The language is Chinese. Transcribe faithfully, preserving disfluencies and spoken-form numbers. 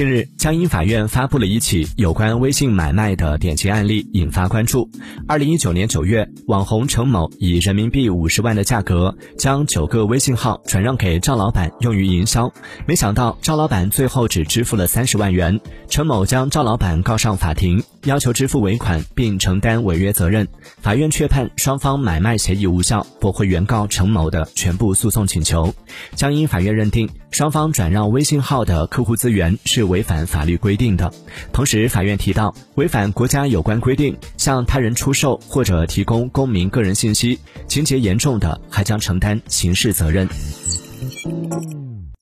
近日，江阴法院发布了一起有关微信买卖的典型案例，引发关注。二零一九年九月，网红程某以人民币五十万的价格，将九个微信号转让给赵老板用于营销。没想到赵老板最后只支付了三十万元，程某将赵老板告上法庭，要求支付尾款并承担违约责任。法院确判双方买卖协议无效，驳回原告程某的全部诉讼请求。江阴法院认定，双方转让微信号的客户资源是违反法律规定的。同时，法院提到，违反国家有关规定，向他人出售或者提供公民个人信息，情节严重的还将承担刑事责任。